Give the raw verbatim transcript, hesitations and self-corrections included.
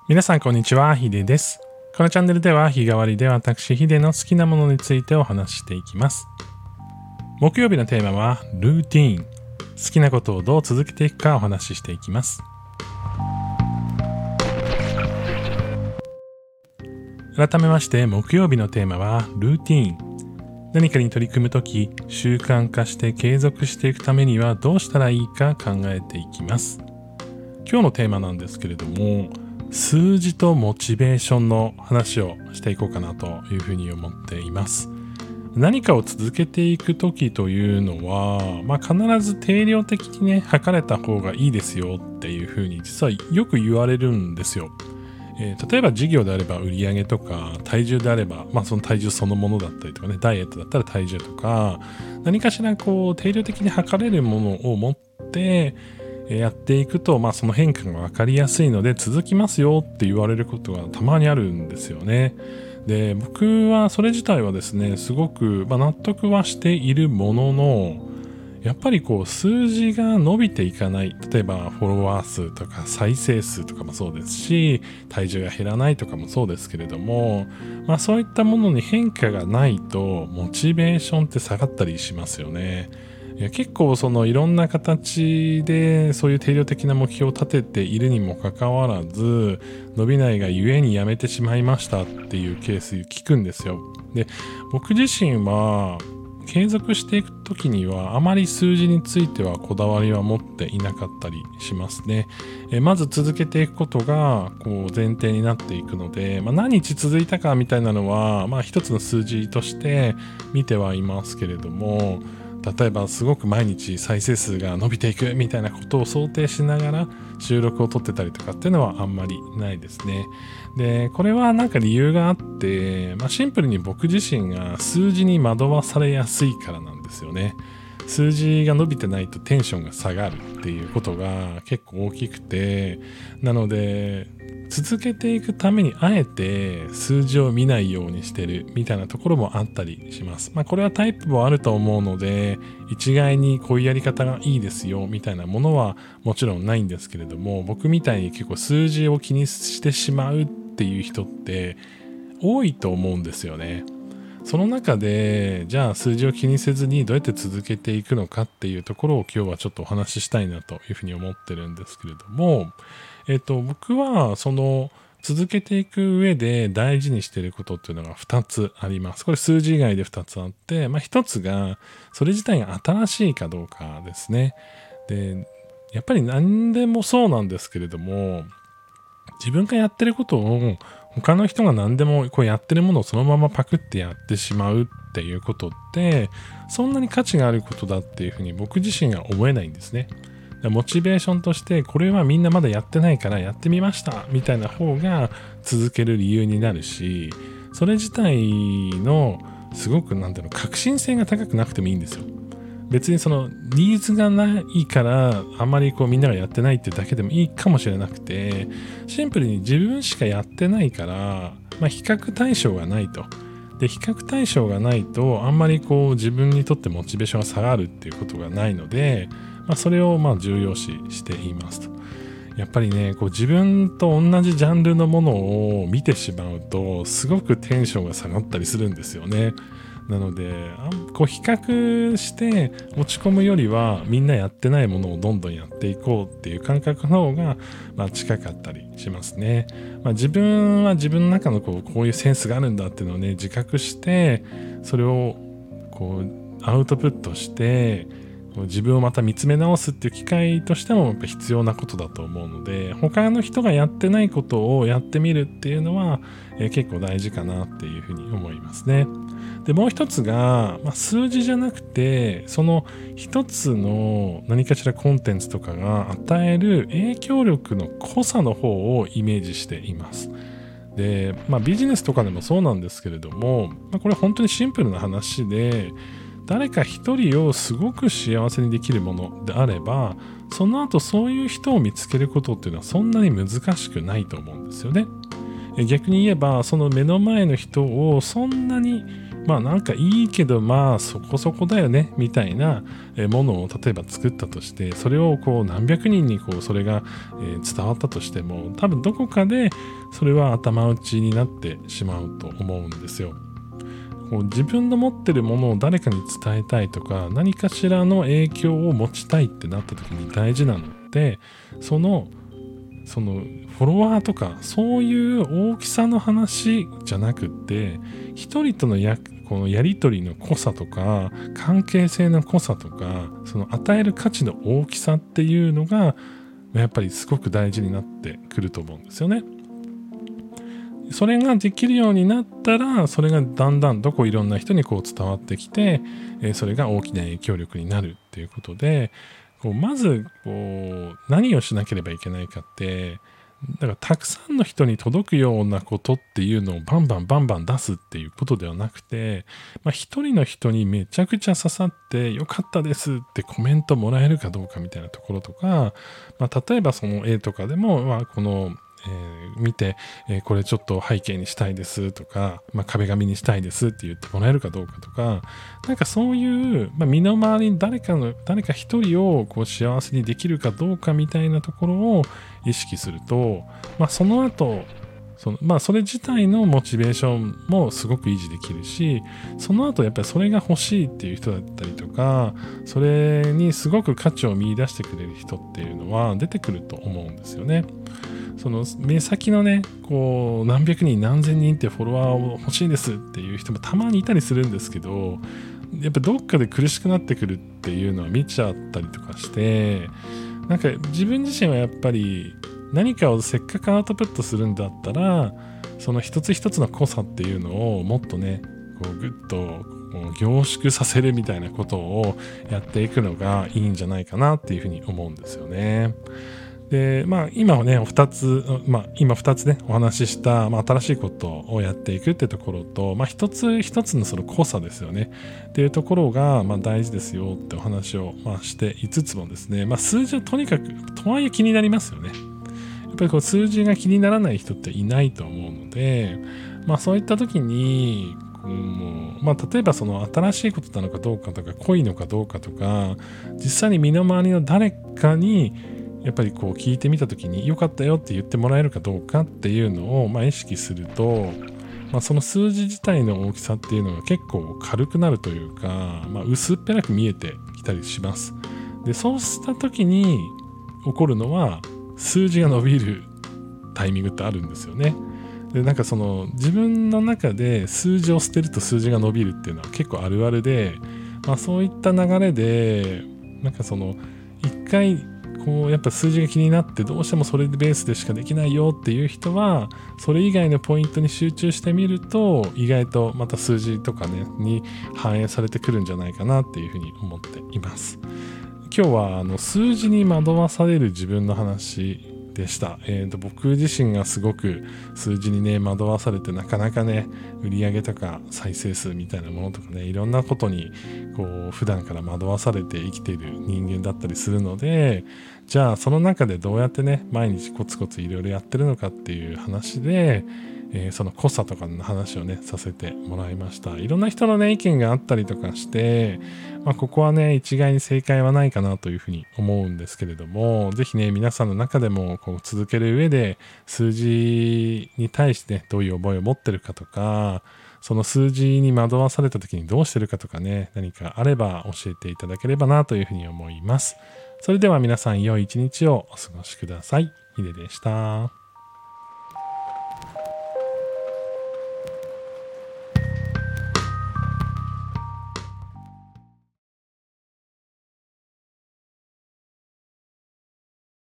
皆さんこんにちは、ヒデです。このチャンネルでは日替わりで私ヒデの好きなものについてお話ししていきます。木曜日のテーマはルーティーン。好きなことをどう続けていくかお話ししていきます。改めまして木曜日のテーマはルーティーン。何かに取り組むとき習慣化して継続していくためにはどうしたらいいか考えていきます。今日のテーマなんですけれども、数字とモチベーションの話をしていこうかなというふうに思っています。何かを続けていくときというのは、まあ、必ず定量的にね測れた方がいいですよっていうふうに実はよく言われるんですよ。えー、例えば事業であれば売上とか、体重であれば、まあ、その体重そのものだったりとかね、ダイエットだったら体重とか、何かしらこう定量的に測れるものを持ってやっていくと、まあ、その変化が分かりやすいので続きますよって言われることがたまにあるんですよね。で、僕はそれ自体はですねすごく、まあ、納得はしているものの、やっぱりこう数字が伸びていかない、例えばフォロワー数とか再生数とかもそうですし、体重が減らないとかもそうですけれども、まあ、そういったものに変化がないとモチベーションって下がったりしますよね。いや結構そのいろんな形でそういう定量的な目標を立てているにもかかわらず伸びないがゆえにやめてしまいましたっていうケース聞くんですよ。で、僕自身は継続していくときにはあまり数字についてはこだわりは持っていなかったりしますね。えまず続けていくことがこう前提になっていくので、まあ、何日続いたかみたいなのは、まあ、一つの数字として見てはいますけれども、例えばすごく毎日再生数が伸びていくみたいなことを想定しながら収録を撮ってたりとかっていうのはあんまりないですね。で、これはなんか理由があって、まあ、シンプルに僕自身が数字に惑わされやすいからなんですよね。数字が伸びてないとテンションが下がるっていうことが結構大きくて、なので続けていくためにあえて数字を見ないようにしてるみたいなところもあったりします。まあこれはタイプもあると思うので、一概にこういうやり方がいいですよみたいなものはもちろんないんですけれども、僕みたいに結構数字を気にしてしまうっていう人って多いと思うんですよね。その中でじゃあ数字を気にせずにどうやって続けていくのかっていうところを今日はちょっとお話ししたいなというふうに思ってるんですけれども、えっと僕はその続けていく上で大事にしていることっていうのがふたつあります。これ数字以外でふたつあって、まあ、ひとつがそれ自体が新しいかどうかですね。で、やっぱり何でもそうなんですけれども、自分がやってることを他の人が何でもこうやってるものをそのままパクってやってしまうっていうことってそんなに価値があることだっていうふうに僕自身が思えないんですね。モチベーションとしてこれはみんなまだやってないからやってみましたみたいな方が続ける理由になるし、それ自体のすごくなんだろう革新性が高くなくてもいいんですよ。別にそのニーズがないからあんまりこうみんながやってないっていうだけでもいいかもしれなくて、シンプルに自分しかやってないから、まあ、比較対象がないと。で、比較対象がないとあんまりこう自分にとってモチベーションが下がるっていうことがないので、まあ、それをまあ重要視していますと。やっぱりね、こう自分と同じジャンルのものを見てしまうとすごくテンションが下がったりするんですよね。なのであこう比較して落ち込むよりはみんなやってないものをどんどんやっていこうっていう感覚の方がまあ近かったりしますね。まあ、自分は自分の中のこうこういうセンスがあるんだっていうのをね自覚してそれをこうアウトプットして自分をまた見つめ直すっていう機会としてもやっぱ必要なことだと思うので、他の人がやってないことをやってみるっていうのは、えー、結構大事かなっていうふうに思いますね。で、もう一つが、まあ、数字じゃなくてその一つの何かしらコンテンツとかが与える影響力の濃さの方をイメージしています。で、まあ、ビジネスとかでもそうなんですけれども、まあ、これ本当にシンプルな話で、誰か一人をすごく幸せにできるものであれば、その後そういう人を見つけることっていうのはそんなに難しくないと思うんですよね。逆に言えばその目の前の人をそんなにまあなんかいいけどまあそこそこだよねみたいなものを例えば作ったとして、それをこう何百人にこうそれが伝わったとしても、多分どこかでそれは頭打ちになってしまうと思うんですよ。こう自分の持ってるものを誰かに伝えたいとか、何かしらの影響を持ちたいってなった時に大事なのって、そのそのフォロワーとかそういう大きさの話じゃなくって、一人とのやこのやり取りの濃さとか関係性の濃さとか、その与える価値の大きさっていうのがやっぱりすごく大事になってくると思うんですよね。それができるようになったら、それがだんだんとこういろんな人にこう伝わってきて、それが大きな影響力になるっていうことで、こうまずこう何をしなければいけないかって、だからたくさんの人に届くようなことっていうのをバンバンバンバン出すっていうことではなくて、まあ、一人の人にめちゃくちゃ刺さってよかったですってコメントもらえるかどうかみたいなところとか、まあ、例えばその絵とかでも、まあ、このえー、見て、えー、これちょっと背景にしたいですとか、まあ、壁紙にしたいですって言ってもらえるかどうかとか、なんかそういう、まあ、身の回りに誰かの誰か一人をこう幸せにできるかどうかみたいなところを意識すると、まあ、その後そのまあそれ自体のモチベーションもすごく維持できるし、その後やっぱりそれが欲しいっていう人だったりとか、それにすごく価値を見出してくれる人っていうのは出てくると思うんですよね。その目先のね、こう何百人何千人ってフォロワーを欲しいですっていう人もたまにいたりするんですけど、やっぱどっかで苦しくなってくるっていうのは見ちゃったりとかして、なんか自分自身はやっぱり何かをせっかくアウトプットするんだったら、その一つ一つの濃さっていうのをもっとね、こうグッと凝縮させるみたいなことをやっていくのがいいんじゃないかなっていうふうに思うんですよね。で、まあ今はね、ふたつ、まあ今ふたつね、お話しした、まあ、新しいことをやっていくってところと、まあ一つ一つのその濃さですよね。っていうところが、まあ大事ですよってお話を、まあ、していつつもですね、まあ数字はとにかく、とはいえ気になりますよね。やっぱりこう数字が気にならない人っていないと思うので、まあそういった時に、うんまあ、例えばその新しいことなのかどうかとか濃いのかどうかとか、実際に身の回りの誰かにやっぱりこう聞いてみた時に良かったよって言ってもらえるかどうかっていうのをまあ意識すると、まあ、その数字自体の大きさっていうのが結構軽くなるというか、まあ、薄っぺらく見えてきたりします。でそうした時に起こるのは数字が伸びるタイミングってあるんですよね。でなんかその自分の中で数字を捨てると数字が伸びるっていうのは結構あるあるで、まあ、そういった流れでなんかその一回こうやっぱ数字が気になってどうしてもそれでベースでしかできないよっていう人はそれ以外のポイントに集中してみると意外とまた数字とかねに反映されてくるんじゃないかなっていうふうに思っています。今日はあの数字に惑わされる自分の話でした。えーと、僕自身がすごく数字にね惑わされてなかなかね売り上げとか再生数みたいなものとかねいろんなことにこう普段から惑わされて生きている人間だったりするので、じゃあその中でどうやってね毎日コツコツいろいろやってるのかっていう話で、えー、その濃さとかの話をねさせてもらいました。いろんな人のね意見があったりとかして、まあ、ここはね一概に正解はないかなというふうに思うんですけれども、ぜひね皆さんの中でもこう続ける上で数字に対して、ね、どういう覚えを持ってるかとか、その数字に惑わされた時にどうしてるかとかね、何かあれば教えていただければなというふうに思います。それでは皆さん良い一日をお過ごしください。ヒデでした。